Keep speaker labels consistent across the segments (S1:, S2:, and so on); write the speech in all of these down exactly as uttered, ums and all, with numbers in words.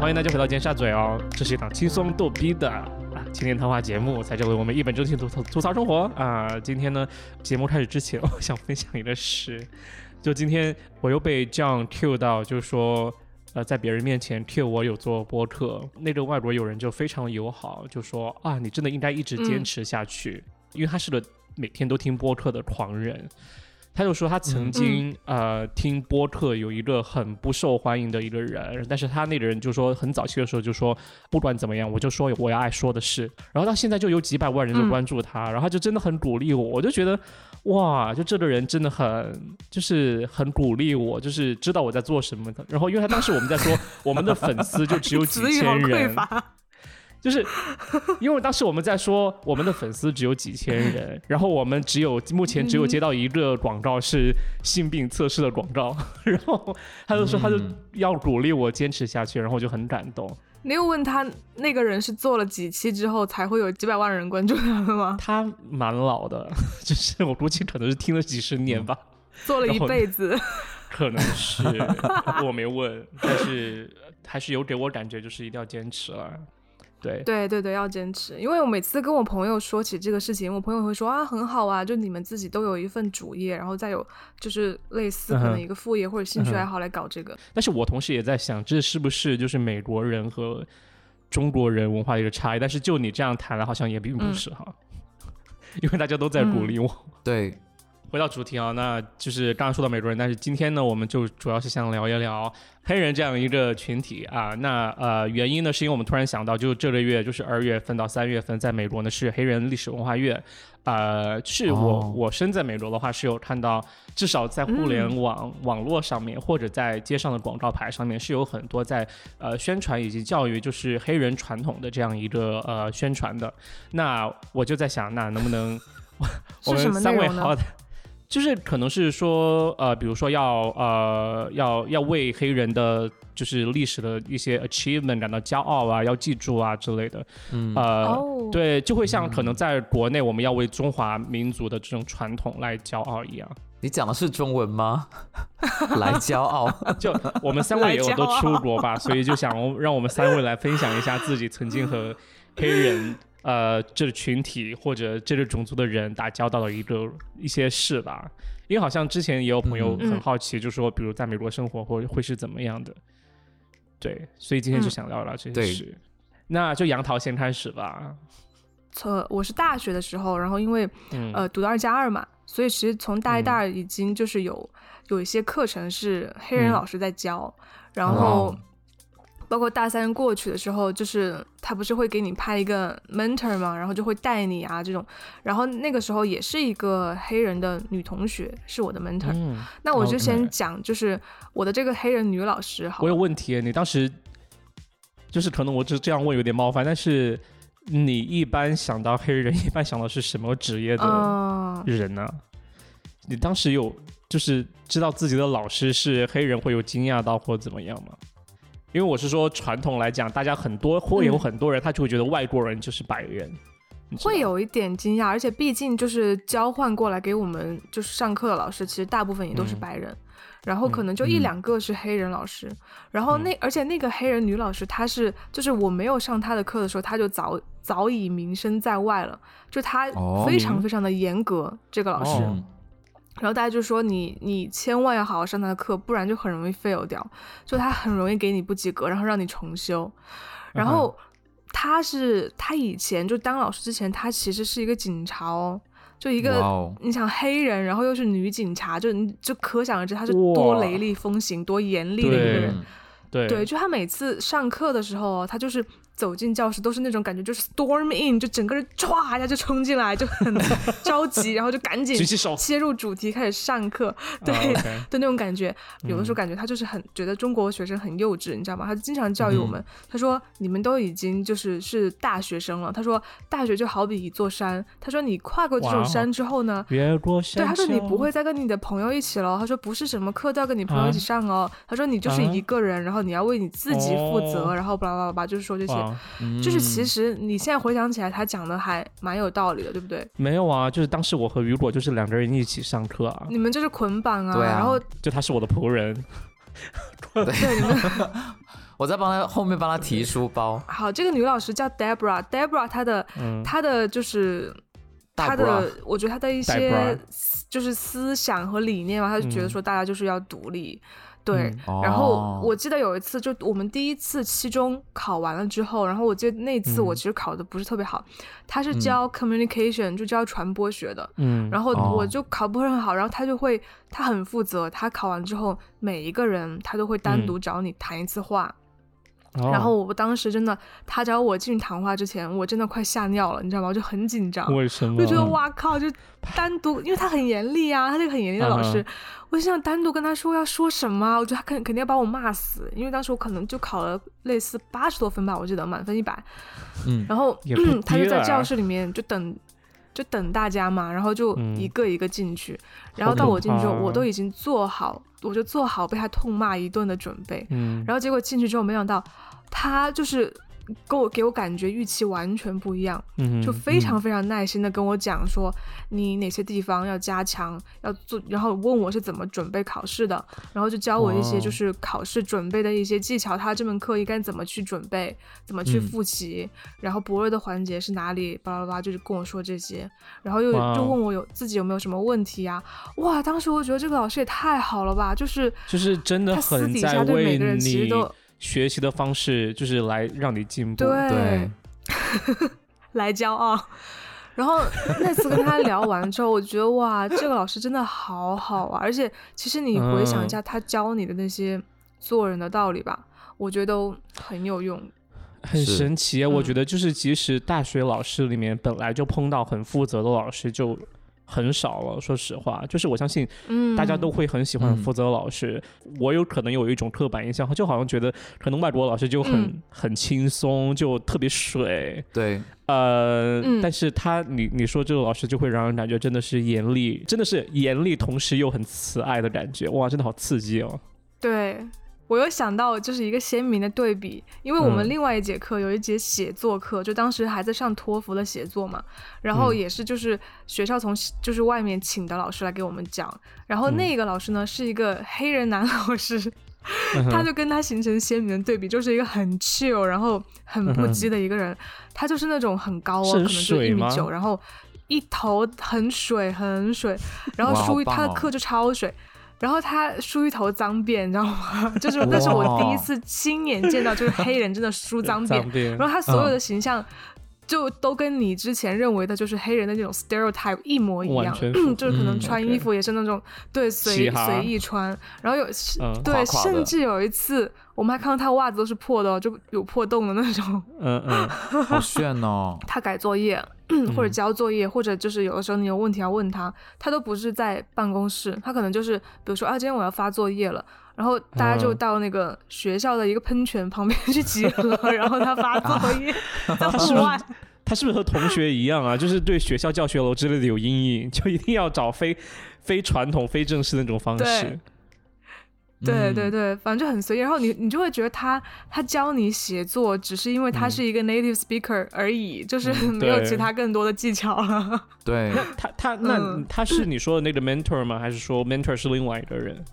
S1: 欢迎大家回到尖沙咀哦，这是一档轻松逗逼的啊青年谈话节目，在这里我们一本正经吐槽吐槽生活啊。今天呢，节目开始之前，我想分享一个事，就今天我又被这样 cue 到，就是说，呃，在别人面前 cue 我有做播客，那个外国友人就非常友好，就说啊，你真的应该一直坚持下去，嗯、因为他是个每天都听播客的狂人。他就说他曾经、嗯、呃听播客有一个很不受欢迎的一个人，但是他那个人就说很早期的时候就说不管怎么样我就说我要爱说的事，然后到现在就有几百万人就关注他、嗯、然后他就真的很鼓励我，我就觉得哇，就这个人真的很就是很鼓励我，就是知道我在做什么的。然后因为他当时我们在说我们的粉丝就只有几千人就是因为当时我们在说我们的粉丝只有几千人，然后我们只有目前只有接到一个广告是性病测试的广告，然后他就说他就要鼓励我坚持下去，然后我就很感动。
S2: 你有问他那个人是做了几期之后才会有几百万人关注他的吗？
S1: 他蛮老的，就是我估计可能是听了几十年吧，
S2: 做了一辈子。
S1: 可能是我没问，但是还是有给我感觉就是一定要坚持了。对
S2: 对对对，要坚持。因为我每次跟我朋友说起这个事情，我朋友会说啊，很好啊，就你们自己都有一份主业，然后再有就是类似可能一个副业或者兴趣爱好来搞这个、嗯、
S1: 但是我同时也在想，这是不是就是美国人和中国人文化的一个差异？但是就你这样谈了好像也并不是哈、嗯、因为大家都在鼓励我、嗯、
S3: 对。
S1: 回到主题啊，那就是刚刚说到美国人，但是今天呢，我们就主要是想聊一聊黑人这样一个群体啊。那呃，原因呢，是因为我们突然想到，就这个月就是二月份到三月份，在美国呢是黑人历史文化月。呃，是我、哦、我身在美国的话，是有看到，至少在互联网、嗯、网络上面，或者在街上的广告牌上面，是有很多在呃宣传以及教育就是黑人传统的这样一个呃宣传的。那我就在想，那能不能我们三位好的。就是可能是说，呃，比如说要呃要要为黑人的就是历史的一些 achievement 感到骄傲啊，要记住啊之类的，嗯，呃， oh. 对，就会像可能在国内我们要为中华民族的这种传统来骄傲一样。
S3: 你讲的是中文吗？来骄傲，
S1: 就我们三位也有都出国吧，所以就想让我们三位来分享一下自己曾经和黑人。呃，这个群体或者这个种族的人打交道的一个一些事吧，因为好像之前也有朋友很好奇，嗯、就说比如在美国生活会会是怎么样的，对，所以今天就想聊聊这些事。嗯、那就杨桃先开始吧。
S2: 呃，我是大学的时候，然后因为、嗯、呃读到二加二嘛，所以其实从大一、大二已经就是有、嗯、有一些课程是黑人老师在教，嗯、然后。包括大三过去的时候，就是他不是会给你派一个 mentor 嘛，然后就会带你啊这种，然后那个时候也是一个黑人的女同学是我的 mentor、嗯、那我就先讲就是我的这个黑人女老师好。
S1: 我有问题，你当时就是可能我只这样问有点冒犯，但是你一般想到黑人一般想到是什么职业的人呢、啊嗯、你当时有就是知道自己的老师是黑人会有惊讶到或怎么样吗？因为我是说传统来讲，大家很多会有很多人他就会觉得外国人就是白人、
S2: 嗯、会有一点惊讶，而且毕竟就是交换过来给我们就是上课的老师其实大部分也都是白人、嗯、然后可能就一两个是黑人老师、嗯、然后那、嗯、而且那个黑人女老师她是就是我没有上她的课的时候她就早早已名声在外了，就她非常非常的严格、哦、这个老师、哦，然后大家就说你你千万要好好上他的课，不然就很容易 fail 掉，就他很容易给你不及格，然后让你重修。然后他是他以前就当老师之前，他其实是一个警察哦，就一个、wow. 你想黑人，然后又是女警察，就你就可想而知他是多雷厉风行、多严厉的一个人。
S1: 对，
S2: 对，就他每次上课的时候，他就是走进教室都是那种感觉，就是 storm in， 就整个人唰一下就冲进来，就很着急，然后就赶紧切入主题开始上课，对、oh, okay. 的那种感觉。有的时候感觉他就是很觉得中国学生很幼稚，你知道吗？他就经常教育我们，嗯、他说你们都已经就是是大学生了，他说大学就好比一座山，他说你跨过这种山之后呢，越过山丘，对，他说你不会再跟你的朋友一起了，他说不是什么课都要跟你朋友一起上哦，啊、他说你就是一个人，然后你要为你自己负责，哦、然后巴拉巴拉巴拉，就是说这些。嗯、就是其实你现在回想起来他讲的还蛮有道理的，对不对？
S1: 没有啊，就是当时我和雨果就是两个人一起上课啊，
S2: 你们就是捆绑啊，
S3: 对啊，
S2: 然后
S1: 就他是我的仆人
S3: 对，你们我在帮他后面帮他提书包。
S2: 好，这个女老师叫 Deborah，Deborah 她的、嗯、她的就是她的，我觉得她的一些就是思想和理念嘛，她就觉得说大家就是要独立。嗯对、嗯，然后我记得有一次，就我们第一次期中考完了之后，然后我记得那次我其实考的不是特别好，嗯、他是教 communication、嗯、就教传播学的，嗯，然后我就考不是很好，然后他就会他很负责，他考完之后每一个人他都会单独找你谈一次话。嗯、然后我当时真的，他找我进谈话之前，我真的快吓尿了，你知道吗？我就很紧张。
S1: 为什么？
S2: 就觉得哇靠，就单独，因为他很严厉啊，他这个很严厉的老师，uh-huh. 我就想单独跟他说要说什么，我觉得他肯肯定要把我骂死，因为当时我可能就考了类似八十多分吧，我记得满分一百。嗯，然后、嗯、他就在教室里面就等。就等大家嘛，然后就一个一个进去、嗯、然后到我进去之后我都已经做好，我就做好被他痛骂一顿的准备、嗯、然后结果进去之后没想到他就是跟我给我感觉预期完全不一样、嗯、就非常非常耐心的跟我讲说、嗯、你哪些地方要加强要做，然后问我是怎么准备考试的，然后就教我一些就是考试准备的一些技巧，他这门课应该怎么去准备，怎么去复习、嗯、然后薄弱的环节是哪里，巴拉巴拉，就是跟我说这些，然后又就问我有自己有没有什么问题啊。哇，当时我觉得这个老师也太好了吧，就是
S1: 就是真的很在为你学习的方式就是来让你进步，
S2: 对, 对来骄傲。然后那次跟他聊完之后我觉得哇，这个老师真的好好啊，而且其实你回想一下他教你的那些做人的道理吧、嗯、我觉得都很有用，
S1: 很神奇、嗯、我觉得就是即使大学老师里面本来就碰到很负责的老师就很少了，说实话，就是我相信大家都会很喜欢负责老师、嗯、我有可能有一种刻板印象，就好像觉得可能外国老师就很、嗯、很轻松，就特别水，
S3: 对，
S1: 呃、嗯、但是他你你说这个老师就会让人感觉真的是严厉，真的是严厉同时又很慈爱的感觉，哇，真的好刺激哦。
S2: 对，我有想到就是一个鲜明的对比，因为我们另外一节课有一节写作课、嗯、就当时还在上托福的写作嘛，然后也是就是学校从就是外面请的老师来给我们讲，然后那个老师呢、嗯、是一个黑人男老师，他就跟他形成鲜明的对比，就是一个很 chill 然后很不羁的一个人、嗯、他就是那种很高哦，可能就一米九，然后一头很水很水，然后书他的课就超水，然后他梳一头脏辫，你知道吗？就是那是我第一次亲眼见到，就是黑人真的梳脏辫，然后他所有的形象就都跟你之前认为的就是黑人的那种 stereotype 一模一样，就是可能穿衣服也是那种、嗯、对随随意穿，然后有、嗯、对夸夸甚至有一次我们还看到他袜子都是破的、哦、就有破洞的那种，
S3: 嗯嗯，好炫哦。
S2: 他改作业或者交作业、嗯、或者就是有的时候你有问题要问他，他都不是在办公室，他可能就是比如说啊今天我要发作业了，然后大家就到那个学校的一个喷泉旁边去集合、嗯、然后他发作业、啊、在户外。
S1: 他是不是和同学一样啊？就是对学校教学楼之类的有阴影，就一定要找非非传统非正式的那种方式。
S2: 对对对，反正就很随意，然后你你就会觉得他他教你写作只是因为他是一个 native speaker 而已、嗯、就是没有其他更多的技巧了。
S3: 对，
S1: 那他他那、嗯、他是你说的那个 mentor 吗？还是说 mentor 是另外一个人？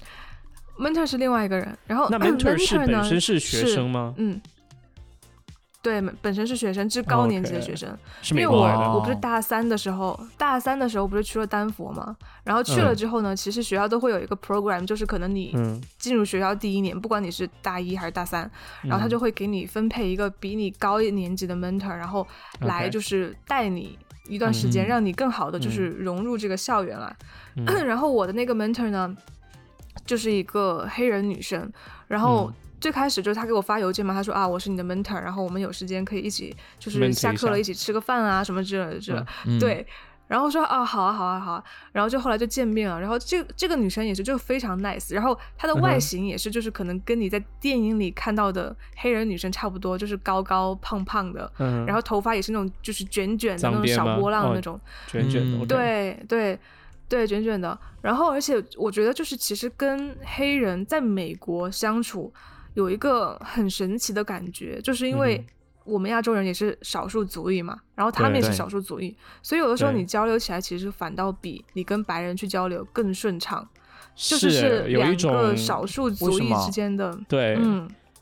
S2: mentor 是另外一个人，然后
S1: 那 mentor 是本身是学生吗？
S2: 嗯，对，本身是学生，是高年级的学生。
S1: Okay.
S2: 因为我我不是大三的时候，大三的时候不是去了丹佛嘛，然后去了之后呢、嗯，其实学校都会有一个 program， 就是可能你进入学校第一年，嗯、不管你是大一还是大三，然后他就会给你分配一个比你高一年级的 mentor， 然后来就是带你一段时间，
S1: Okay.
S2: 让你更好的就是融入这个校园了。嗯、然后我的那个 mentor 呢，就是一个黑人女生，然后。嗯最开始就是他给我发邮件嘛，他说啊我是你的 mentor， 然后我们有时间可以一起就是下课了一起吃个饭啊什么之类的之类的、嗯、对，然后说啊好啊好啊好啊，然后就后来就见面了，然后这这个女生也是就非常 nice， 然后她的外形也是就是可能跟你在电影里看到的黑人女生差不多，就是高高胖胖的、嗯、然后头发也是那种就是卷卷的那种小波浪那种、哦、
S1: 卷卷的、嗯 okay.
S2: 对对对卷卷的，然后而且我觉得就是其实跟黑人在美国相处有一个很神奇的感觉，就是因为我们亚洲人也是少数族裔嘛，然后他们也是少数族裔，所以有的时候你交流起来其实反倒比你跟白人去交流更顺畅，就是是两个少数族裔之间的，
S1: 对，
S2: 嗯，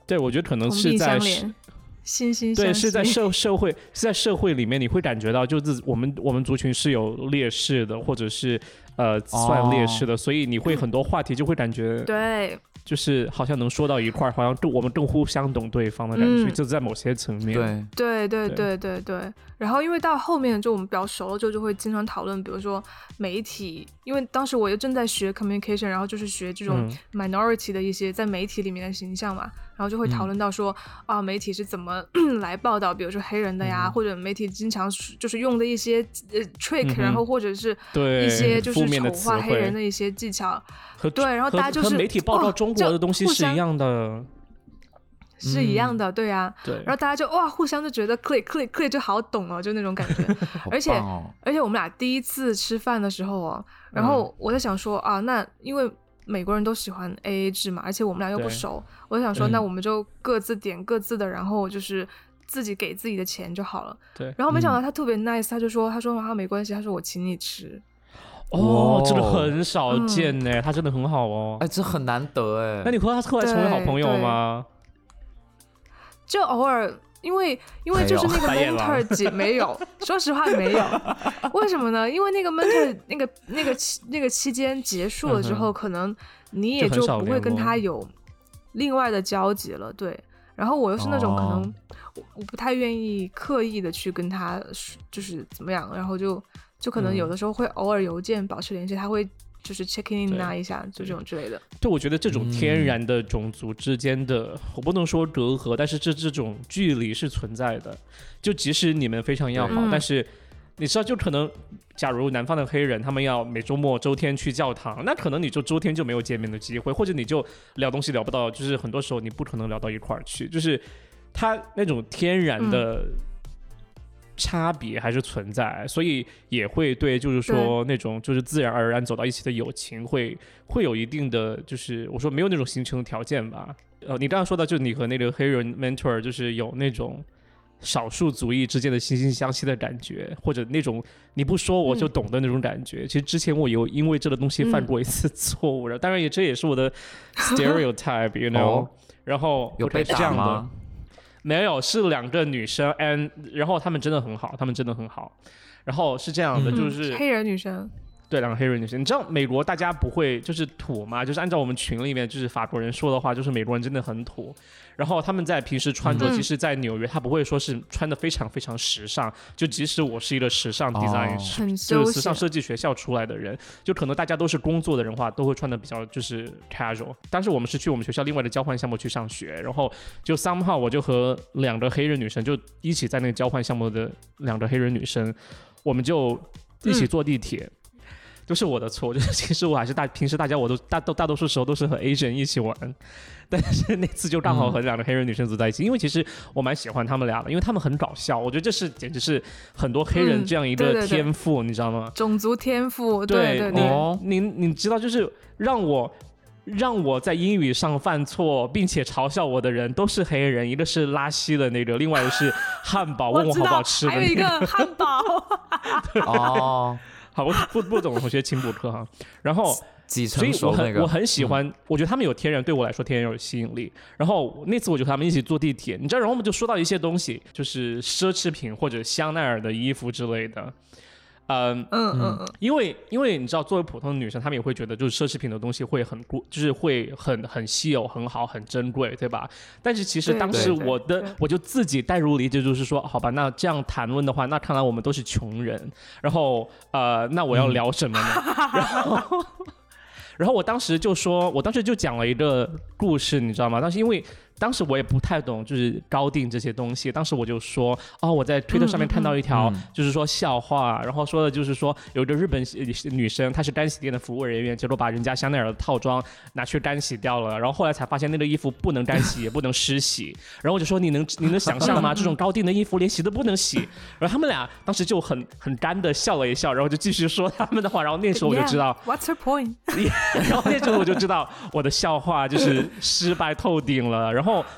S1: 对，我觉得可能是在
S2: 心心相惜，
S1: 对，是在社社会是在社会里面，你会感觉到就是我们我们族群是有劣势的，或者是呃算劣势的，哦、所以你会很多话题就会感觉
S2: 对。
S1: 就是好像能说到一块儿，好像更我们更互相懂对方的感觉，嗯、就是在某些层面。
S3: 对
S2: 对对对对对。然后因为到后面就我们比较熟了之后，就会经常讨论，比如说媒体，因为当时我又正在学 communication， 然后就是学这种 minority 的一些在媒体里面的形象嘛，然后就会讨论到说、嗯、啊，媒体是怎么来报道，比如说黑人的呀，嗯、或者媒体经常就是用的一些呃 trick，、嗯、然后或者是一些就是丑化黑人的一些技巧。对，然后大家就是
S1: 和媒体报道中国的东西是一样的，哦、
S2: 是一样的，对啊，
S1: 对。
S2: 然后大家就哇，互相就觉得 click click click 就好懂哦，就那种感觉。而且、哦、而且我们俩第一次吃饭的时候哦，然后我在想说、嗯、啊，那因为美国人都喜欢 A A 制嘛，而且我们俩又不熟，我在想说、嗯、那我们就各自点各自的，然后就是自己给自己的钱就好了。
S1: 对。
S2: 然后没想到他特别 nice，、嗯、他就说他说啊没关系，他说我请你吃。
S1: 哦，真的很少见呢、嗯，他真的很好哦。
S3: 哎，这很难得哎。
S1: 那你和他后来成为好朋友吗？
S2: 就偶尔，因为因为就是那个 mentor 姐没有，说实话没有。为什么呢？因为那个 mentor 那个那个那个期间结束了之后、嗯，可能你也就不会跟他有另外的交集了。对。然后我又是那种可能、哦、我不太愿意刻意的去跟他就是怎么样，然后就。就可能有的时候会偶尔邮件保持联系、嗯、他会就是 check in 啊一下就这种之类的。
S1: 对，我觉得这种天然的种族之间的、嗯、我不能说隔阂，但是这这种距离是存在的。就即使你们非常要好、嗯、但是你知道就可能假如南方的黑人他们要每周末周天去教堂，那可能你就周天就没有见面的机会，或者你就聊东西聊不到，就是很多时候你不可能聊到一块儿去，就是他那种天然的、嗯差别还是存在，所以也会对就是说那种就是自然而然走到一起的友情会会有一定的就是我说没有那种形成的条件吧。呃，你刚刚说到就是你和那个黑人 mentor 就是有那种少数族裔之间的惺惺相惜的感觉，或者那种你不说我就懂的那种感觉、嗯、其实之前我有因为这个东西犯过一次错误、嗯、当然也这也是我的 stereotype you know、哦、然后
S3: 有被打吗？
S1: 没有，是两个女生 and 然后她们真的很好，她们真的很好。然后是这样的、嗯、就是
S2: 黑人女生，
S1: 对，两个黑人女生。你知道美国大家不会就是土吗？就是按照我们群里面就是法国人说的话，就是美国人真的很土。然后他们在平时穿着、嗯、即使在纽约他不会说是穿的非常非常时尚，就即使我是一个时尚 design、哦、就是时尚设计学校出来的人，就可能大家都是工作的人话都会穿的比较就是 casual。但是我们是去我们学校另外的交换项目去上学，然后就 somehow 我就和两个黑人女生就一起在那个交换项目的两个黑人女生，我们就一起坐地铁、嗯就是我的错，就是其实我还是大平时大家我都大都大多数时候都是和 Asian 一起玩，但是那次就刚好和两个黑人女生走在一起、嗯、因为其实我蛮喜欢他们俩的，因为他们很搞笑，我觉得这是简直是很多黑人这样一个天赋、嗯、你知道吗？
S2: 种族天赋，对对对，
S1: 哦、你你你知道就是让我让我在英语上犯错并且嘲笑我的人都是黑人，一个是拉稀的那个，另外一个是汉堡问我好不好吃的、那个、
S2: 还有一个汉堡
S1: 哦好，我不不懂同学请补课哈。然后，所以我很我很喜欢、嗯，我觉得他们有天然对我来说天然有吸引力。然后那次我就和他们一起坐地铁，你知道，然后我们就说到一些东西，就是奢侈品或者香奈儿的衣服之类的。嗯嗯嗯嗯，因为因为你知道，作为普通的女生，她们也会觉得就是奢侈品的东西会很贵，就是会很很稀有、很好、很珍贵，对吧？但是其实当时我的我就自己带入理解，就是说，好吧，那这样谈论的话，那看来我们都是穷人。然后呃，那我要聊什么呢？嗯、然后然后我当时就说，我当时就讲了一个故事，你知道吗？当时因为。当时我也不太懂就是高定这些东西，当时我就说哦，我在推特上面看到一条就是说笑话、嗯嗯、然后说的就是说有一个日本女生她是干洗店的服务人员，结果把人家香奈儿的套装拿去干洗掉了，然后后来才发现那个衣服不能干洗也不能湿洗然后我就说你能你能想象吗这种高定的衣服连洗都不能洗然后他们俩当时就很很干的笑了一笑，然后就继续说他们的话，然后那时候我就知道、
S2: yeah, What's her point
S1: 然后那时候我就知道我的笑话就是失败透顶了然后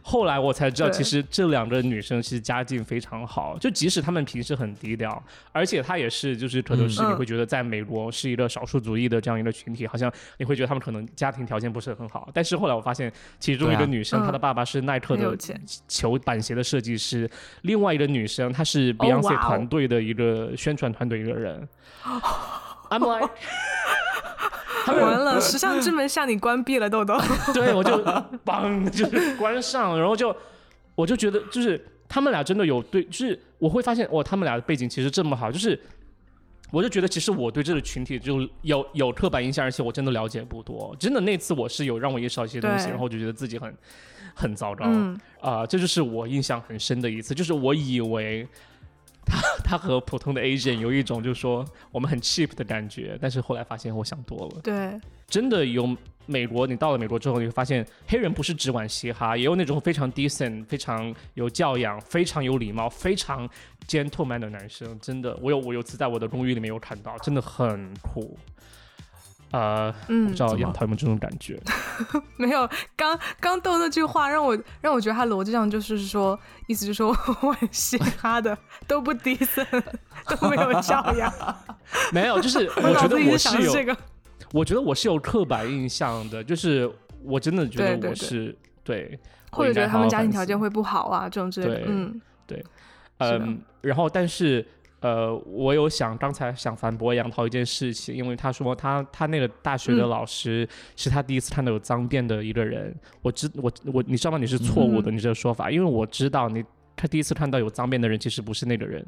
S1: 后来我才知道，其实这两个女生其实家境非常好，就即使她们平时很低调，而且她也是就是可能是你会觉得在美国是一个少数族裔的这样一个群体，好像你会觉得他们可能家庭条件不是很好，但是后来我发现其中一个女生、啊、她的爸爸是耐克的球板鞋的设计师，另外一个女生她是 Beyonce 团队的一个宣传团队一个人、oh, wow. I'm like
S2: 完了，时尚之门向你关闭了，豆豆。
S1: 对，我就砰，就是关上，然后就我就觉得，就是他们俩真的有对，就是我会发现，哇，他们俩的背景其实这么好，就是我就觉得，其实我对这个群体就有有刻板印象，而且我真的了解不多。真的那次我是有让我意识到一些东西，然后我就觉得自己很很糟糕啊、嗯呃，这就是我印象很深的一次，就是我以为。他他和普通的 Asian 有一种就是说我们很 cheap 的感觉，但是后来发现我想多了。
S2: 对，
S1: 真的有美国，你到了美国之后，你会发现黑人不是只玩嘻哈，也有那种非常 decent、非常有教养、非常有礼貌、非常 gentleman 的男生。真的，我有我有次在我的公寓里面有看到，真的很酷。呃，嗯、我不知道杨桃有没有这种感觉？
S2: 没有，刚刚豆那句话让我让我觉得他逻辑上就是说，意思就是说我很嘻哈的都不decent，都没有教养。
S1: 没有，就是我觉得我是有，
S2: 这个、
S1: 我觉得我是有刻板印象的，就是我真的觉得我是 对, 对, 对，
S2: 或者觉得他们家庭条件会不好啊，这种之类的。嗯，
S1: 对，嗯，然后但是。呃，我有想刚才想反驳杨桃一件事情，因为他说他他那个大学的老师是他第一次看到有脏辫的一个人，嗯、我知我我你知道吗？你是错误的，嗯、你这个说法，因为我知道你他第一次看到有脏辫的人其实不是那个人，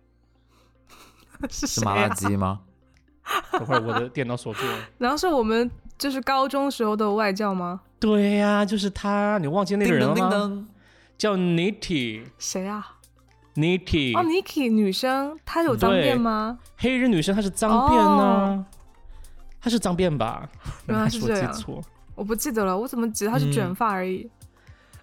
S2: 是
S3: 谁、啊、是麻辣鸡吗？
S1: 等会儿我的电脑锁住了。
S2: 然后是我们就是高中时候的外教吗？
S1: 对呀、啊，就是他，你忘记那个人了吗？
S3: 叮噔叮噔
S1: 叫 Nikki。
S2: 谁啊
S1: ？Nikki
S2: 哦 Nikki 女生，她有脏辫吗？
S1: 黑人女生她是脏辫呢、啊，她、哦、是脏辫吧？
S2: 原来是这样，
S1: 我记错，
S2: 我不记得了，我怎么记得她是卷发而已、嗯、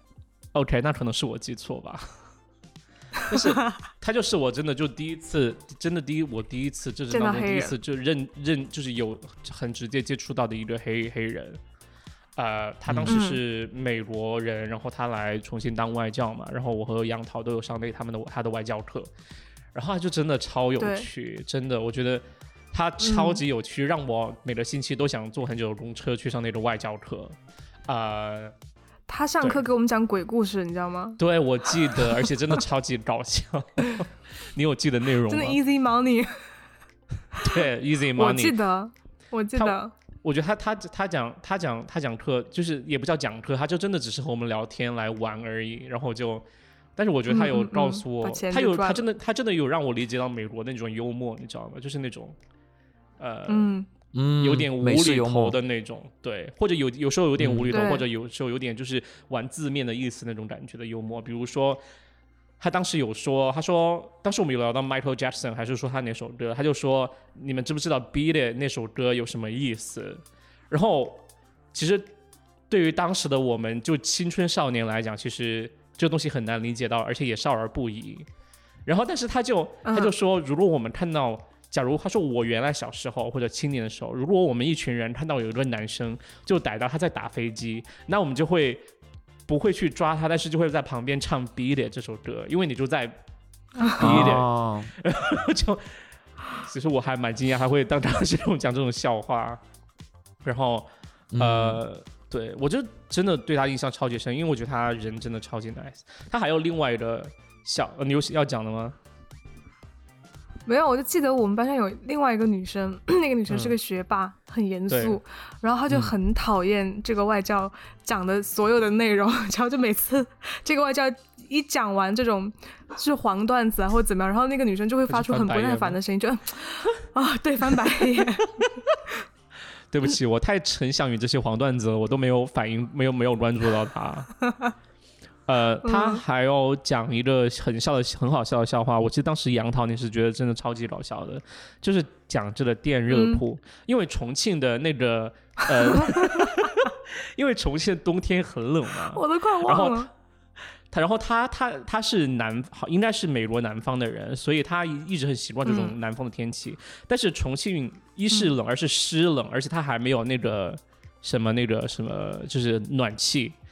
S1: ？OK， 那可能是我记错吧。但是她就是我真的就第一次，真的第一我第一次就是当中第一次就认认就是有很直接接触到的一个黑黑人。呃，他当时是美国人、嗯，然后他来重新当外教嘛，然后我和杨桃都有上那他们的他的外教课，然后他就真的超有趣，真的，我觉得他超级有趣、嗯，让我每个星期都想坐很久的公车去上那种外教课。呃，
S2: 他上课给我们讲鬼故事，你知道吗？
S1: 对，我记得，而且真的超级搞笑。你有记得内容吗？
S2: 真的 easy money。
S1: 对 ，easy money。
S2: 我记得，我记得。
S1: 我觉得他他他讲他讲他讲课就是也不叫讲课，他就真的只是和我们聊天来玩而已。然后就，但是我觉得他有告诉我，嗯嗯、他有他真的他真的有让我理解到美国那种幽默，你知道吗？就是那种，呃，
S2: 嗯
S1: 有点无厘头的那种，对，或者有有时候有点无厘头、嗯，或者有时候有点就是玩字面的意思那种感觉的幽默。比如说，他当时有说，他说当时我们有聊到 Michael Jackson， 还是说他那首歌，他就说你们知不知道 Beat It 那首歌有什么意思？然后其实对于当时的我们就青春少年来讲，其实这个东西很难理解到，而且也少儿不宜。然后但是他就他就说，如果我们看到，假如他说我原来小时候或者青年的时候，如果我们一群人看到有一个男生就逮到他在打飞机，那我们就会不会去抓他，但是就会在旁边唱 Beat It 这首歌，因为你就在 Beat It、哦、就其实我还蛮惊讶他会当场这种讲这种笑话。然后呃、嗯、对，我就真的对他印象超级深，因为我觉得他人真的超级 nice。 他还有另外一个小、呃、你有要讲的吗？
S2: 没有，我就记得我们班上有另外一个女生，那个女生是个学霸、嗯、很严肃，然后她就很讨厌这个外教讲的所有的内容、嗯、然后就每次这个外教一讲完这种是黄段子啊或者怎么样，然后那个女生就会发出很不耐烦的声音，就啊对，翻白眼。
S1: 对不起，我太沉想于这些黄段子了，我都没有反应，没有没有关注到他。呃，他还有讲一个很笑的、很好笑的笑话。我记得当时杨桃你是觉得真的超级搞笑的，就是讲这个电热铺、嗯，因为重庆的那个呃，因为重庆的冬天很冷嘛，
S2: 我都快忘了。
S1: 他然后他他他是南，应该是美国南方的人，所以他一直很习惯这种南方的天气。嗯、但是重庆一是冷，二是湿冷，而且他还没有那个什么那个什么，就是暖气。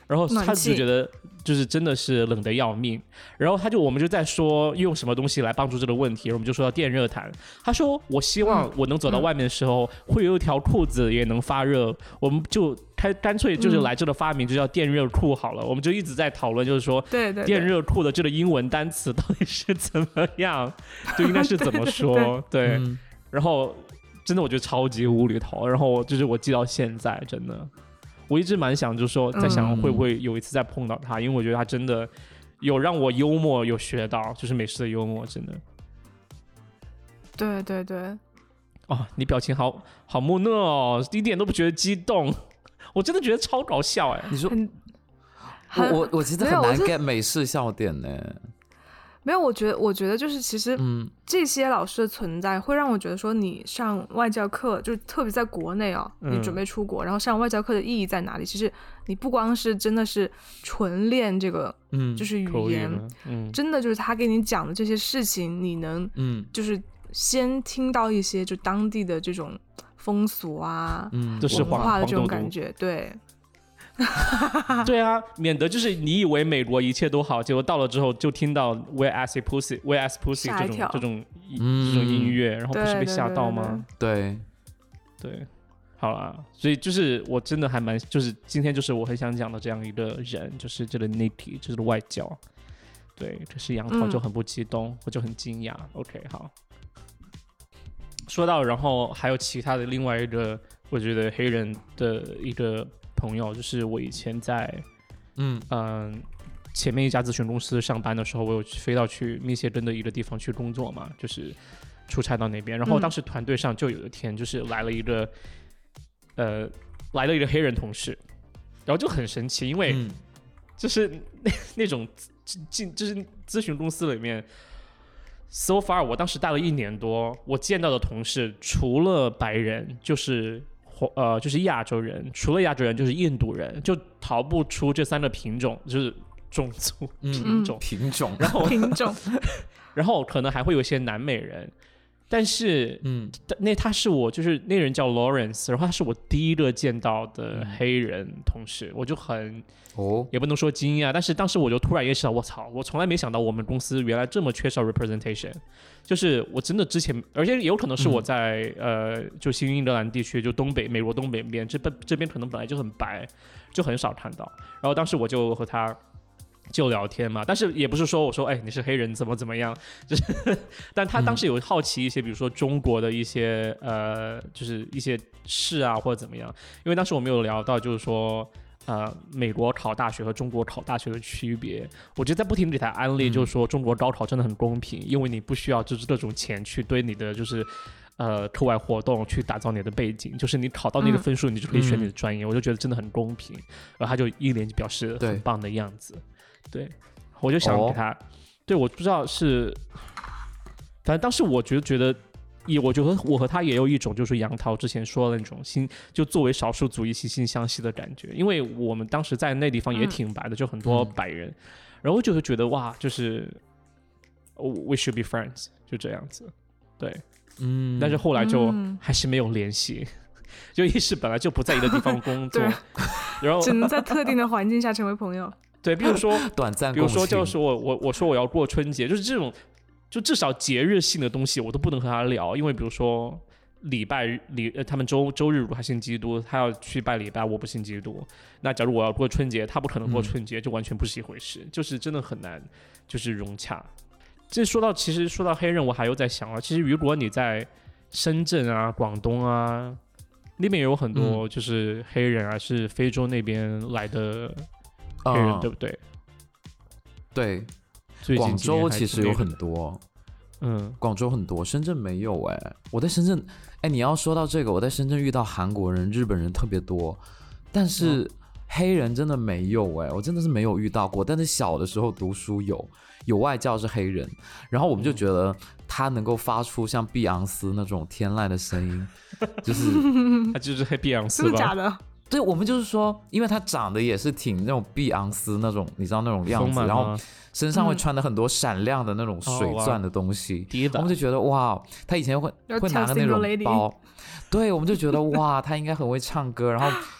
S1: 然后他就觉得就是真的是冷得要命，然后他就我们就在说用什么东西来帮助这个问题，然后我们就说到电热毯。他说我希望我能走到外面的时候、嗯、会有一条裤子也能发热，我们就开干脆就是来这个发明就叫电热裤好了、嗯、我们就一直在讨论就是说
S2: 对对对
S1: 电热裤的这个英文单词到底是怎么样，就应该是怎么说对, 对, 对、嗯、然后真的我觉得超级无厘头，然后就是我记到现在真的我一直蛮想就是说在想会不会有一次再碰到他、嗯、因为我觉得他真的有让我幽默有学到就是美式的幽默真的
S2: 对对对
S1: 哦，你表情好好木讷哦，一点都不觉得激动，我真的觉得超搞笑哎！
S3: 你说我我我其实很难 get 美式笑点呢。
S2: 没有，我觉得我觉得就是其实这些老师的存在会让我觉得说你上外教课就特别在国内哦，你准备出国、嗯、然后上外教课的意义在哪里，其实你不光是真的是纯练这个、嗯、就是语言、嗯、真的就是他给你讲的这些事情你能就是先听到一些就当地的这种风俗啊、嗯、文化的这种感觉，对
S1: 对啊，免得就是你以为美国一切都好，结果到了之后就听到 Where as a pussy Where as pussy 这种这种、嗯、这种音乐，然后不是被吓到吗？
S3: 对
S1: 对, 对, 对，好啦，所以就是我真的还蛮就是今天就是我很想讲的这样一个人，就是这个 Nicky 就是外教，对，可是杨桃就很不激动、嗯、我就很惊讶。 OK 好，说到然后还有其他的另外一个我觉得黑人的一个朋友，就是我以前在嗯嗯、呃、前面一家咨询公司上班的时候，我有飞到去密歇根的一个地方去工作嘛，就是出差到那边，然后当时团队上就有一天就是来了一个、嗯、呃来了一个黑人同事，然后就很神奇，因为就是那那种进就是咨询公司里面 so far 我当时待了一年多，我见到的同事除了白人就是呃，就是亚洲人，除了亚洲人就是印度人，就逃不出这三个品种，就是种族品种、嗯、
S3: 品种，
S1: 然后
S2: 品种，
S1: 然后可能还会有一些南美人，但是，嗯，那他是我就是那人叫 Lawrence， 然后他是我第一个见到的黑人同事，嗯、我就很哦，也不能说惊讶，但是当时我就突然意识到，我操，我从来没想到我们公司原来这么缺少 representation。就是我真的之前，而且也有可能是我在、嗯、呃，就新英格兰地区，就东北美国东北边这边这边可能本来就很白，就很少看到。然后当时我就和他就聊天嘛，但是也不是说我说哎你是黑人怎么怎么样，就是但他当时有好奇一些，比如说中国的一些呃，就是一些事啊或者怎么样，因为当时我们有聊到就是说。呃，美国考大学和中国考大学的区别，我觉得在不停地给他安利，就是说中国高考真的很公平，嗯、因为你不需要就是这种钱去堆你的就是呃课外活动去打造你的背景，就是你考到那个分数，你就可以选你的专业，嗯、我就觉得真的很公平。然后他就一脸表示很棒的样子，对，对我就想给他，哦、对，我不知道是，反正当时我觉得觉得。也我觉得我和他也有一种就是杨桃之前说的那种心，就作为少数族裔惺惺相惜的感觉，因为我们当时在那地方也挺白的，嗯、就很多白人，嗯、然后就会觉得哇，就是 we should be friends， 就这样子，对，嗯，但是后来就还是没有联系，嗯、就一是本来就不在一个地方工作，然后
S2: 只能在特定的环境下成为朋友，
S1: 对，比如说
S3: 短暂，
S1: 比如说就是我我我说我要过春节，就是这种。就至少节日性的东西我都不能和他聊，因为比如说礼拜礼他们周周日如果他信基督，他要去拜礼拜，我不信基督。那假如我要过春节，他不可能过春节，嗯、就完全不是一回事，就是真的很难，就是融洽。这说到其实说到黑人，我还有在想啊，其实如果你在深圳啊、广东啊那边有很多就是黑人啊，嗯、是非洲那边来的黑人，嗯、对不对？
S3: 对。广州其实有很多，嗯，广州很多，深圳没有哎、欸。我在深圳，哎，你要说到这个，我在深圳遇到韩国人、日本人特别多，但是黑人真的没有哎、欸，我真的是没有遇到过。但是小的时候读书有，有外教是黑人，然后我们就觉得他能够发出像碧昂斯那种天籁的声音，就是
S1: 他就是黑碧昂斯吧？
S2: 真的假的？
S3: 对，我们就是说，因为他长得也是挺那种碧昂斯那种，你知道那种样子，然后身上会穿的很多闪亮的那种水钻的东西，嗯、我们就觉得哇，他以前会会拿个那种包，对，我们就觉得哇，他应该很会唱歌，然后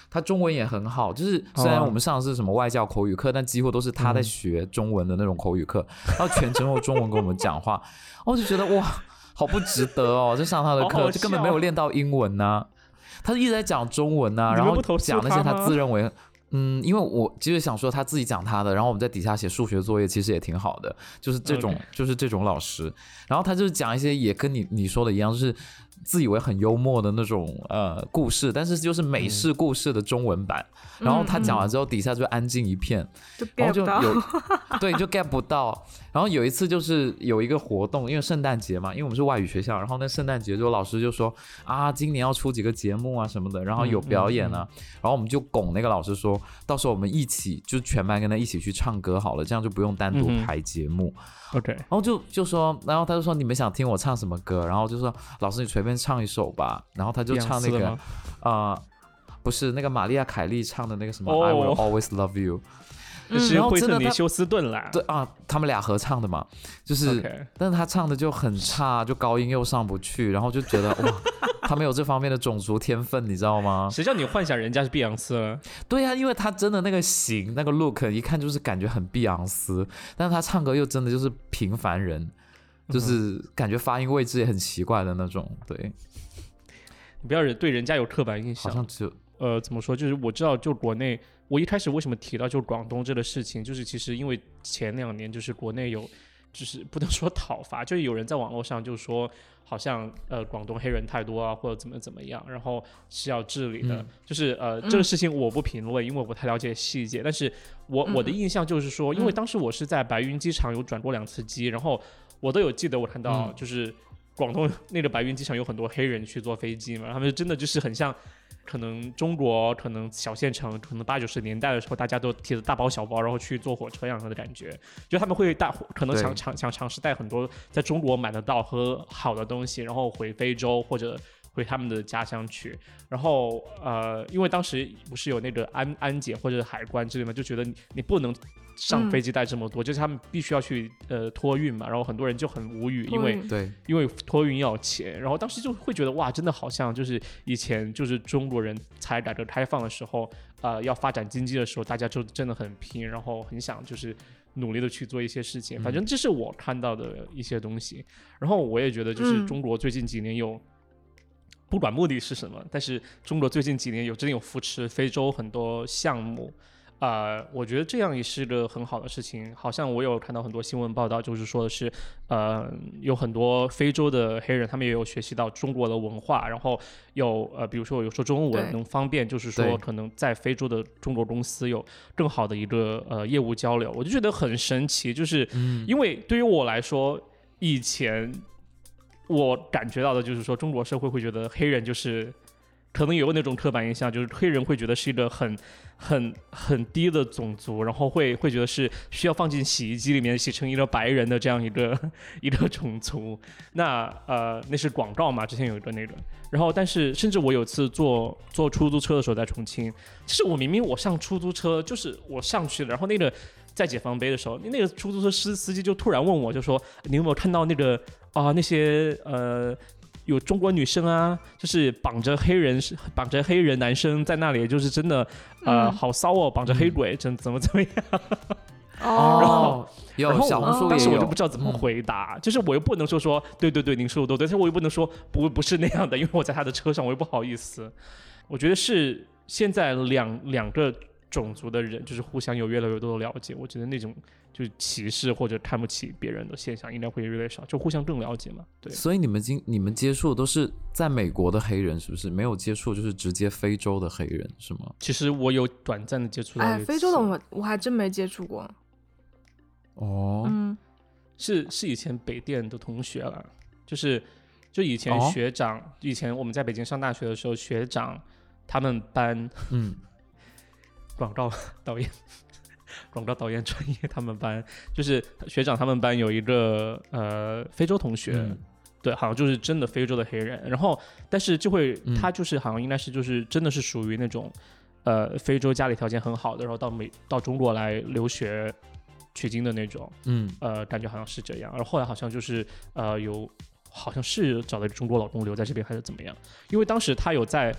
S3: 他中文也很好，就是虽然我们上的是什么外教口语课，但几乎都是他在学中文的那种口语课，然后全程用中文跟我们讲话，我就觉得哇，好不值得哦，就上他的课就根本没有练到英文啊，他一直在讲中文啊，然后讲那些他自认为。嗯，因为我其实想说他自己讲他的，然后我们在底下写数学作业，其实也挺好的，就是这种、okay. 就是这种老师，然后他就是讲一些也跟你你说的一样，就是自以为很幽默的那种呃故事，但是就是美式故事的中文版，嗯、然后他讲完之后底下就安静一片，
S2: 嗯、
S3: 然后就有对就 get 不
S2: 到，
S3: 然后有一次就是有一个活动，因为圣诞节嘛，因为我们是外语学校，然后那圣诞节就老师就说啊，今年要出几个节目啊什么的，然后有表演啊，嗯嗯嗯、然后我们就拱那个老师说，到时候我们一起就全班跟他一起去唱歌好了，这样就不用单独排节目。
S1: 嗯、OK，
S3: 然后就就说，然后他就说你们想听我唱什么歌？然后就说老师你随便唱一首吧。然后他就唱那个呃，不是那个玛丽亚凯莉唱的那个什么、oh. I Will Always Love You。
S1: 是惠特尼休斯顿啦，
S3: 对啊，他们俩合唱的嘛，就是， okay. 但是他唱的就很差，就高音又上不去，然后就觉得哇，他没有这方面的种族天分，你知道吗？
S1: 谁叫你幻想人家是碧昂斯了？
S3: 对啊，因为他真的那个型那个 look 一看就是感觉很碧昂斯，但是他唱歌又真的就是平凡人，就是感觉发音位置也很奇怪的那种，对。
S1: 你不要对人家有刻板印象，
S3: 好像只有
S1: 呃怎么说，就是我知道就国内。我一开始为什么提到就是广东这个事情，就是其实因为前两年就是国内有，就是不能说讨伐，就是有人在网络上就说好像呃广东黑人太多啊，或者怎么怎么样，然后是要治理的，嗯、就是呃、嗯、这个事情我不评论，因为我不太了解细节，但是我、嗯、我的印象就是说，因为当时我是在白云机场有转过两次机，然后我都有记得我看到就是广东那个白云机场有很多黑人去坐飞机嘛，他们真的就是很像。可能中国可能小县城可能八九十年代的时候大家都提着大包小包然后去坐火车一样的感觉，就他们会大可能想尝想尝试带很多在中国买得到和好的东西然后回非洲或者回他们的家乡去，然后呃因为当时不是有那个安安检或者海关之类的，就觉得 你, 你不能上飞机带这么多、嗯、就是他们必须要去呃托运嘛，然后很多人就很无语，因为
S3: 对
S1: 因为托运要钱，然后当时就会觉得哇真的好像就是以前就是中国人才改革开放的时候呃要发展经济的时候大家就真的很拼，然后很想就是努力的去做一些事情，反正这是我看到的一些东西、嗯、然后我也觉得就是中国最近几年有、嗯不管目的是什么，但是中国最近几年有真的有扶持非洲很多项目，呃，我觉得这样也是个很好的事情。好像我有看到很多新闻报道，就是说的是，呃，有很多非洲的黑人，他们也有学习到中国的文化，然后有呃，比如说有说中文，能方便，就是说可能在非洲的中国公司有更好的一个呃业务交流，我就觉得很神奇，就是因为对于我来说，以前。我感觉到的就是说中国社会会觉得黑人就是可能有那种刻板印象，就是黑人会觉得是一个很很很低的种族，然后会会觉得是需要放进洗衣机里面洗成一个白人的这样一个一个种族。那呃那是广告嘛，之前有一个那个，然后但是甚至我有次坐坐出租车的时候在重庆，就是我明明我上出租车就是我上去了，然后那个在解放碑的时候，那个出租车司司机就突然问我，就说你有没有看到那个啊那些呃有中国女生啊，就是绑着黑人绑着黑人男生在那里，就是真的呃、嗯、好骚哦，绑着黑鬼，真、嗯、怎么怎么样。
S2: 哦，
S3: 有小红书也有，
S1: 当时我就不知道怎么回答，嗯、就是我又不能说说对对对您说的都对，但是我又不能说不不是那样的，因为我在他的车上，我又不好意思。我觉得是现在两两个种族的人就是互相有越来越多的了解，我觉得那种就是歧视或者看不起别人的现象应该会越来越少，就互相更了解嘛。对，
S3: 所以你们经你们接触都是在美国的黑人是不是？没有接触就是直接非洲的黑人是吗？
S1: 其实我有短暂的接触到一次，
S2: 哎，非洲的我我还真没接触过。
S3: 哦，
S2: 嗯，
S1: 是是以前北电的同学了，就是就以前学长、哦，以前我们在北京上大学的时候，学长他们班，
S3: 嗯，
S1: 广告导演，广告导演专业他们班，就是学长他们班有一个呃非洲同学。嗯，对，好像就是真的非洲的黑人，然后但是就会他就是好像应该是就是真的是属于那种呃非洲家里条件很好的，然后到美到中国来留学取经的那种，
S3: 嗯，
S1: 呃，感觉好像是这样。然后后来好像就是呃有好像是找了中国老公留在这边还是怎么样，因为当时他有在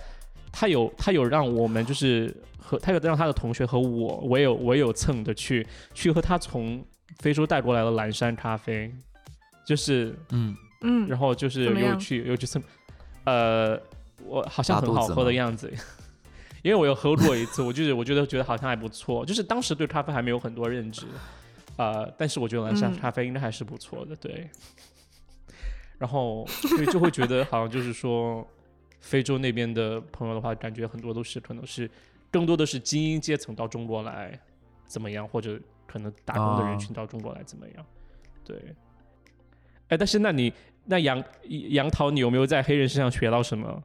S1: 他有他有让我们就是和他有让他的同学和我，我有我有蹭的去去喝他从非洲带过来的蓝山咖啡，就是
S3: 嗯
S2: 嗯，
S1: 然后就是又去又去蹭，呃，我好像很好喝的样子。因为我有喝过一次，我就是我觉得觉得好像还不错，就是当时对咖啡还没有很多认知，呃，但是我觉得蓝山咖啡应该还是不错的，对。然后所以就会觉得好像就是说，非洲那边的朋友的话，感觉很多都是可能是更多的是精英阶层到中国来怎么样，或者可能打工的人群到中国来怎么样，哦、对。哎，但是那你那杨杨桃，你有没有在黑人身上学到什么？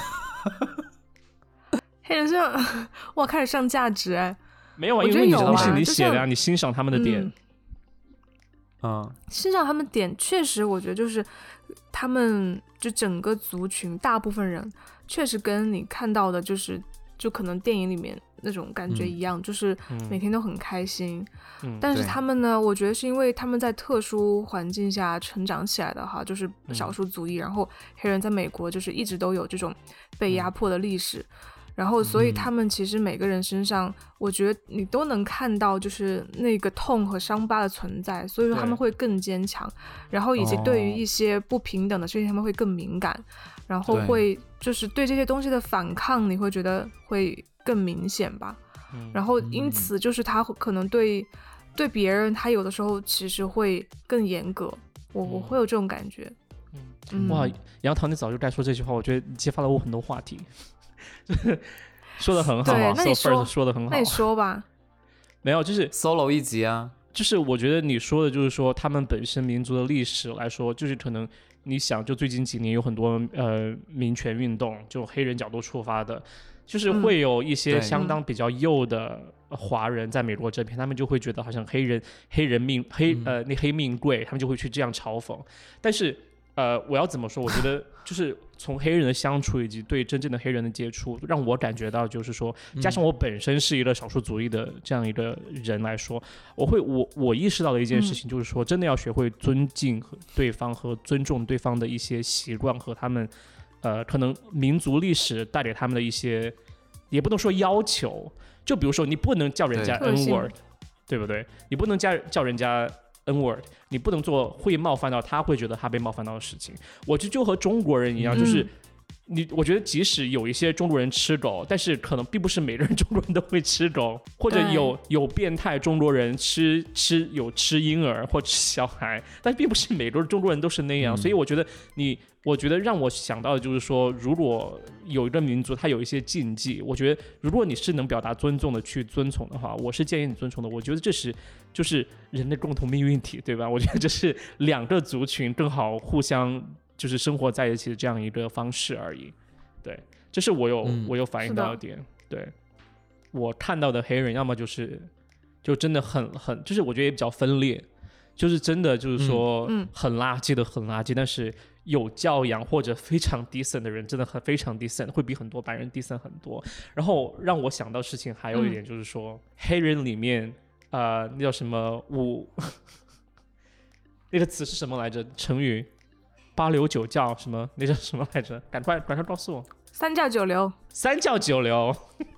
S2: 黑人上哇，开始上价值哎，
S1: 没有啊，因为你东西你写的啊，你欣赏他们的点，
S3: 嗯，嗯
S2: 欣赏他们点，确实我觉得就是他们就整个族群大部分人确实跟你看到的就是就可能电影里面那种感觉一样，嗯、就是每天都很开心。嗯、但是他们呢，我觉得是因为他们在特殊环境下成长起来的哈，就是少数族裔，嗯、然后黑人在美国就是一直都有这种被压迫的历史。嗯然后所以他们其实每个人身上、嗯、我觉得你都能看到就是那个痛和伤疤的存在，所以说他们会更坚强，然后以及对于一些不平等的事情他们会更敏感，然后会就是对这些东西的反抗你会觉得会更明显吧、嗯、然后因此就是他可能对对别人他有的时候其实会更严格，我我会有这种感觉。
S1: 嗯嗯、哇，杨桃你早就该说这句话，我觉得激发了我很多话题。说的很好，
S2: 对，那你说
S1: 说的很好，
S2: 那你说吧。
S1: 没有，就是
S3: solo 一集啊，
S1: 就是我觉得你说的就是说他们本身民族的历史来说，就是可能你想就最近几年有很多呃民权运动，就黑人角度出发的，就是会有一些相当比较右的华人在美国这边、嗯、他们就会觉得好像黑人黑人命黑、嗯、呃那黑命贵，他们就会去这样嘲讽。但是呃我要怎么说，我觉得就是从黑人的相处以及对真正的黑人的接触，让我感觉到就是说，加上我本身是一个少数族裔的这样一个人来说，我会我我意识到的一件事情就是说，真的要学会尊敬对方和尊重对方的一些习惯和他们呃可能民族历史带给他们的一些，也不能说要求，就比如说你不能叫人家 N word， 对不对？你不能叫叫人家N word， 你不能做会冒犯到他会觉得他被冒犯到的事情。我觉得就和中国人一样，嗯、就是你，我觉得即使有一些中国人吃狗，但是可能并不是每个人中国人都会吃狗，或者有有变态中国人吃吃有吃婴儿或吃小孩，但并不是每个中国人都是那样。嗯、所以我觉得你，我觉得让我想到的就是说，如果有一个民族它有一些禁忌，我觉得如果你是能表达尊重的去遵从的话，我是建议你遵从的。我觉得这是就是人类共同命运体，对吧？我觉得这是两个族群更好互相就是生活在一起的这样一个方式而已。对，这是我有、嗯、我有反映到的点。对，我看到的黑人要么就是就真的很很就是我觉得也比较分裂，就是真的就是说很垃圾的很垃圾，但是有教养或者非常 decent 的人真的很非常 decent， 会比很多白人 decent 很多。然后让我想到事情还有一点就是说、嗯、黑人里面呃那叫什么五那个词是什么来着，成语八流九教什么那叫什么来着，赶快赶快告诉我。
S2: 三教九流。三
S1: 教九流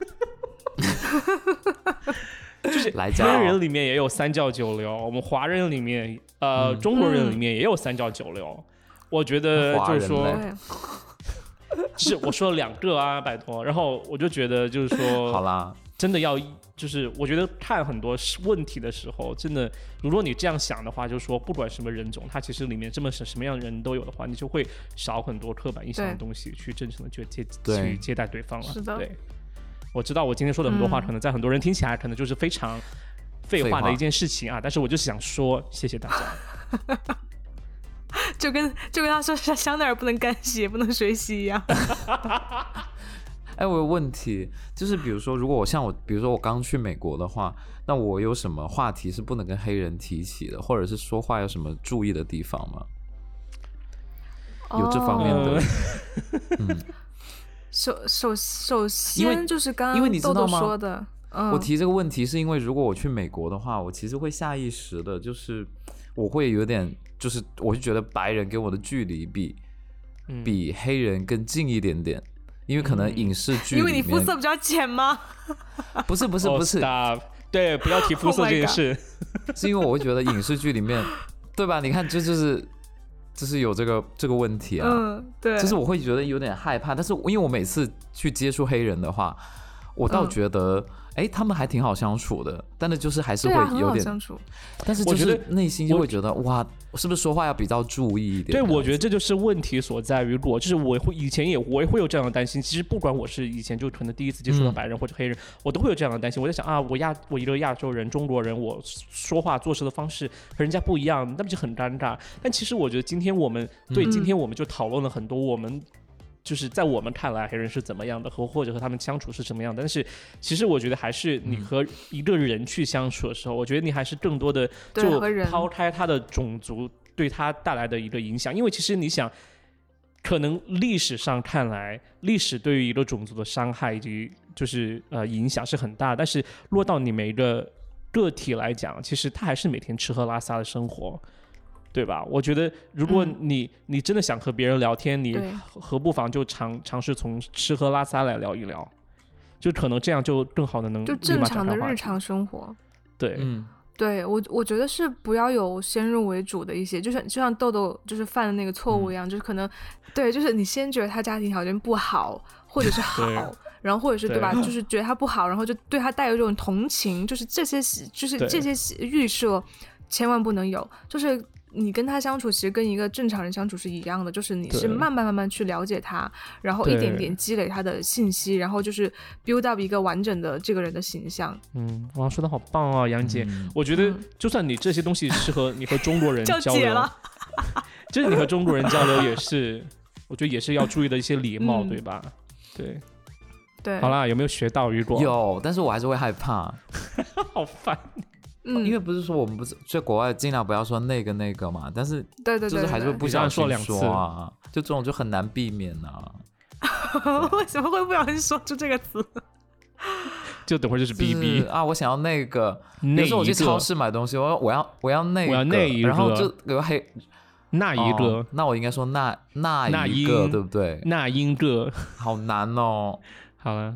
S1: 就是黑人里面也有三教九流，我们华人里面呃、嗯、中国人里面也有三教九流、嗯、我觉得就是说是我说了两个啊拜托。然后我就觉得就是说
S3: 好啦，
S1: 真的要就是我觉得看很多问题的时候，真的如果你这样想的话，就是说不管什么人种，它其实里面这么什么样的人都有的话，你就会少很多刻板印象的东西去真诚的去接去接待对方了。
S2: 是的，
S1: 对，我知道我今天说的很多话、嗯、可能在很多人听起来可能就是非常废话的一件事情啊，但是我就是想说谢谢大家。
S2: 就跟就跟他说香奈儿不能干洗也不能水洗一样。
S3: 哎，我有问题，就是比如说如果我像我比如说我刚去美国的话，那我有什么话题是不能跟黑人提起的，或者是说话有什么注意的地方吗？有这方面的、哦、嗯
S2: 首首首先就是刚刚豆豆说的，嗯，
S3: 我提这个问题是因为如果我去美国的话，我其实会下意识的就是我会有点就是我就觉得白人给我的距离比、嗯、比黑人更近一点点， 因为可能影视剧、
S2: 嗯、因为你肤色比较浅吗？
S3: 不是不是不是，
S1: oh, 对，不要提肤色这件事。
S3: Oh、是因为我会觉得影视剧里面，对吧？你看，这就是就是有这个这个问题啊。
S2: 嗯，对。
S3: 就是我会觉得有点害怕，但是因为我每次去接触黑人的话，我倒觉得。嗯哎，他们还挺好相处的，但是就是还是会有点，
S2: 对啊，很好相处。
S3: 但是就是内心就会觉得，哇，是不是说话要比较注意一点？
S1: 对，我觉得这就是问题所在于我，就是我会以前也我也会有这样的担心。其实不管我是以前就可能第一次接触到白人或者黑人，嗯、我都会有这样的担心。我在想啊，我亚我一个亚洲人、中国人，我说话做事的方式和人家不一样，那不就很尴尬？但其实我觉得今天我们对、嗯、今天我们就讨论了很多我们。就是在我们看来黑人是怎么样的，和或者和他们相处是什么样的，但是其实我觉得还是你和一个人去相处的时候、嗯、我觉得你还是更多的就抛开他的种族对他带来的一个影响，因为其实你想可能历史上看来历史对于一个种族的伤害以及就是呃影响是很大，但是落到你每一个个体来讲，其实他还是每天吃喝拉撒的生活，对吧？我觉得如果你、嗯、你真的想和别人聊天，你何不妨就尝尝试从吃喝拉撒来聊一聊，就可能这样就更好的能
S2: 就正常的日常生活。
S1: 对，
S3: 嗯，
S2: 对我我觉得是不要有先入为主的一些，就是就像豆豆就是犯的那个错误一样、嗯，就是可能对，就是你先觉得他家庭条件不好，或者是好。然后或者是 对, 对吧，就是觉得他不好，然后就对他带有这种同情，就是这些就是这些预设千万不能有，就是你跟他相处其实跟一个正常人相处是一样的，就是你是慢慢慢慢去了解他，然后一点点积累他的信息，然后就是 build up 一个完整的这个人的形象。
S1: 嗯，哇，说的好棒啊，杨姐、嗯、我觉得就算你这些东西是和你和中国人交流
S2: 姐了
S1: 就是你和中国人交流也是我觉得也是要注意的一些礼貌、嗯、对吧？对
S2: 对，
S1: 好啦，有没有学到雨果？
S3: 有，但是我还是会害怕
S1: 好烦。
S2: 嗯，
S3: 因为不是说我们不是在国外尽量不要说那个那个嘛，但是
S2: 对对对，
S3: 就是还是会不小心
S1: 说
S3: 啊，就这种就很难避免啊。
S2: 为什么会不小心说出这个词？
S1: 就等会儿就是 B B、
S3: 就是、啊，我想要那个。比如说我去超市买东西，我要我要我要那个，
S1: 我要那一个，
S3: 然后就给我黑
S1: 那一个、
S3: 哦，那我应该说那那一个，对不对？
S1: 那一个，
S3: 好难哦。
S1: 好了，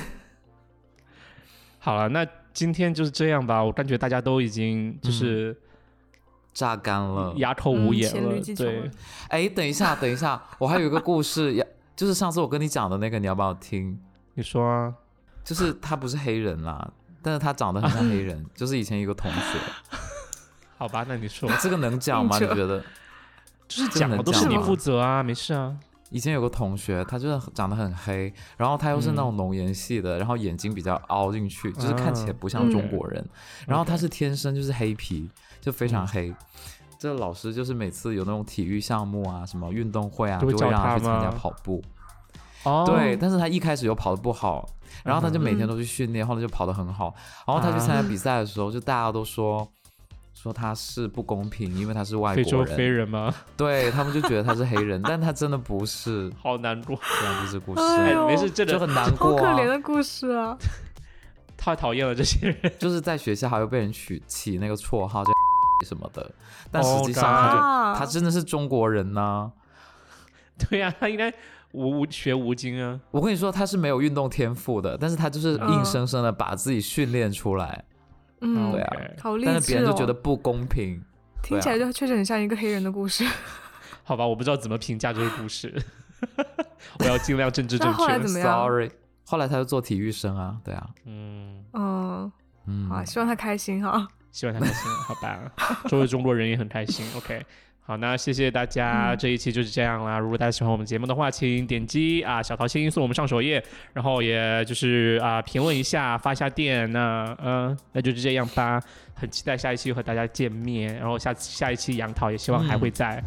S1: 好了，那今天就是这样吧。我感觉大家都已经就是、嗯、
S3: 榨干了，
S1: 哑口无言了。
S2: 嗯、
S1: 对，
S3: 哎，等一下，等一下，我还有一个故事，就是上次我跟你讲的那个，你要不要听？
S1: 你说啊。
S3: 就是他不是黑人啦，但是他长得很像黑人，就是以前一个同学。
S1: 好吧，那你说
S3: 这个能讲吗？你觉得？
S1: 就是讲的都是你负责啊，没事啊。
S3: 以前有个同学，他就是长得很黑，然后他又是那种浓颜系的、嗯、然后眼睛比较凹进去，就是看起来不像中国人、嗯、然后他是天生就是黑皮，就非常黑、嗯、这个老师就是每次有那种体育项目啊什么运动会啊，就会让他去参加跑步。
S1: 哦，
S3: 对，但是他一开始又跑得不好，然后他就每天都去训练、嗯、后来就跑得很好，然后他去参加比赛的时候、啊、就大家都说说他是不公平，因为他是外国人，
S1: 非洲黑人吗？
S3: 对，他们就觉得他是黑人但他真的不是。
S1: 好难过，
S3: 这样就是故事、
S2: 哎
S1: 哎、没事，这
S3: 就很难过、啊、
S2: 好可怜的故事啊。
S1: 太讨厌了这些人，
S3: 就是在学校还会被人取起那个绰号叫什么的，但实际上他就、oh、他真的是中国人呢、啊。
S1: 对呀、啊，他应该无学无精啊。
S3: 我跟你说，他是没有运动天赋的，但是他就是硬生生的把自己训练出来。
S2: 嗯，
S3: 对啊，
S2: 好励志哦。
S3: 但是别人就觉得不公平，
S2: 听起来就确实很像一个黑人的故事。
S1: 好吧，我不知道怎么评价这个故事，我要尽量政治正确。
S2: 后来怎么样
S3: ？Sorry， 后来他就做体育生啊，对啊。
S1: 嗯
S2: 嗯嗯，好，希望他开心哈。
S1: 希望他开心，好吧。作为中国人也很开心。OK。好，那谢谢大家、嗯、这一期就是这样啦。如果大家喜欢我们节目的话，请点击啊小桃心送我们上首页，然后也就是啊评论一下，发一下电。那嗯、呃，那就是这样吧。很期待下一期和大家见面，然后下下一期杨桃也希望还会在。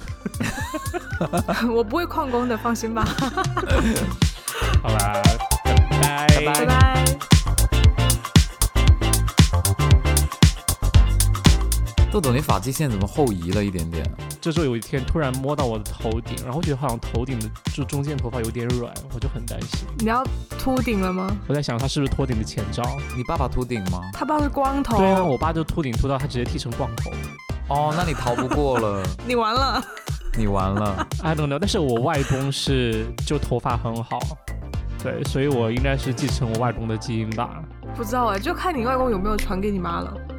S2: 嗯、我不会旷工的，放心吧。
S1: 好啦，拜
S2: 拜拜拜。
S3: 豆豆，你发际线怎么后移了一点点？
S1: 这周有一天突然摸到我的头顶，然后觉得好像头顶的就中间头发有点软，我就很担心。
S2: 你要秃顶了吗？
S1: 我在想他是不是秃顶的前兆。
S3: 你爸爸秃顶吗？
S2: 他爸是光头。
S1: 对啊，我爸就秃顶秃到他直接剃成光头。
S3: 哦，那你逃不过了。
S2: 你完了。
S3: 你完了。
S1: I don't know， 但是我外公是就头发很好，对，所以我应该是继承我外公的基因吧。
S2: 不知道哎，就看你外公有没有传给你妈了。